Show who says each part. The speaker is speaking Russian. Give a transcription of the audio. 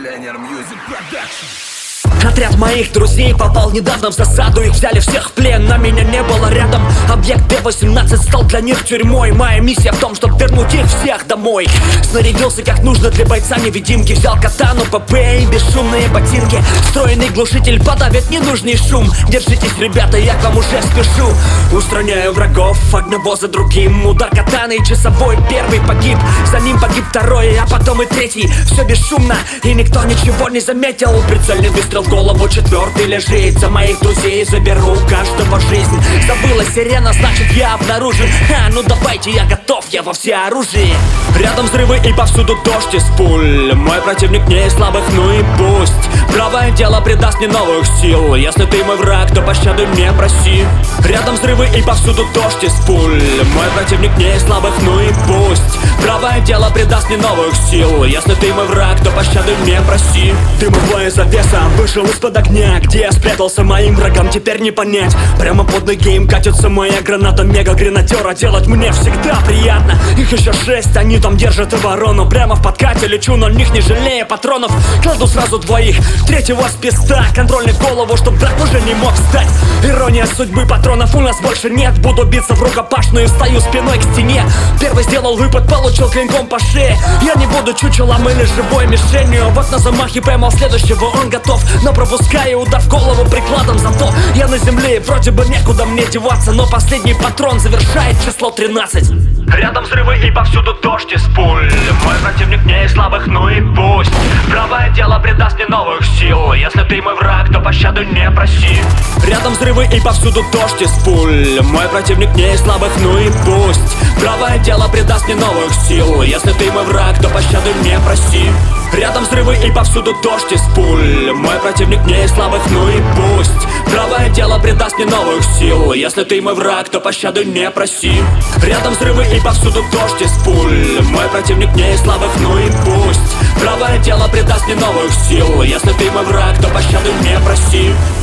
Speaker 1: Millionaire Music Production.
Speaker 2: Отряд моих друзей попал недавно в засаду. Их взяли всех в плен, но меня не было рядом. Объект Т-18 стал для них тюрьмой. Моя миссия в том, чтобы вернуть их всех домой. Снарядился как нужно для бойца-невидимки. Взял катану, ПП и бесшумные ботинки. Встроенный глушитель подавит ненужный шум. Держитесь, ребята, я к вам уже спешу. Устраняю врагов, одного за другим. Удар катаны, часовой первый погиб. За ним погиб второй, а потом и третий. Все бесшумно, и никто ничего не заметил. Прицельный выстрел в голову, четвертый лежит. За моих друзей заберу каждого жизнь. Забыла сирена, значит я обнаружен. Ну давайте, я готов, я во всеоружии. Рядом взрывы и повсюду дождь из пуль. Мой противник не из слабых, ну и пусть. Правое дело придаст мне новых сил. Если ты мой враг, то пощады не проси. Рядом взрывы и повсюду дождь из пуль. Мой противник не из слабых, ну и пусть. Правое дело придаст мне новых сил. Если ты мой враг, то пощады не проси. Дымовая завеса вышел из-под огня. Где я спрятался, моим врагам теперь не понять. Прямо под ноги им катится моя граната мега-гренадера. Делать мне всегда приятно. Их еще 6, они там держат оборону. Прямо в подкате лечу, но них не жалея патронов. Кладу сразу двоих, третьего с писта. Контрольный в голову, чтоб враг уже не мог встать. Ирония судьбы, патронов у нас больше нет. Буду биться в рукопашную, стою спиной к стене. Первый сделал выпад, получил клинком по шее. Я не буду чучелом или живой мишенью. Вот на замахе поймал следующего, он готов. Но пропускаю удар в голову прикладом. Зато я на земле, вроде бы некуда мне деваться. Но последний патрон завершает число 13. Рядом взрывы и повсюду дождь из пуль. Мой противник не из слабых, ну и пусть. Правое дело придаст мне новых сил. Если ты мой враг, то пощады не проси. Рядом взрывы и повсюду дождь из пуль. Мой противник не из слабых, ну и пусть. Правое дело придаст мне новых сил. Если ты мой враг, то пощады не проси. Рядом взрывы и повсюду дождь из пуль. Мой противник не из слабых, ну и пусть. Правое дело придаст мне новых сил. Если ты мой враг, то пощады не проси. Рядом взрывы и повсюду дождь из пуль. Мой противник не из слабых, ну и пусть. Правое дело придаст мне новых сил. Если ты мой враг, то пощады не проси.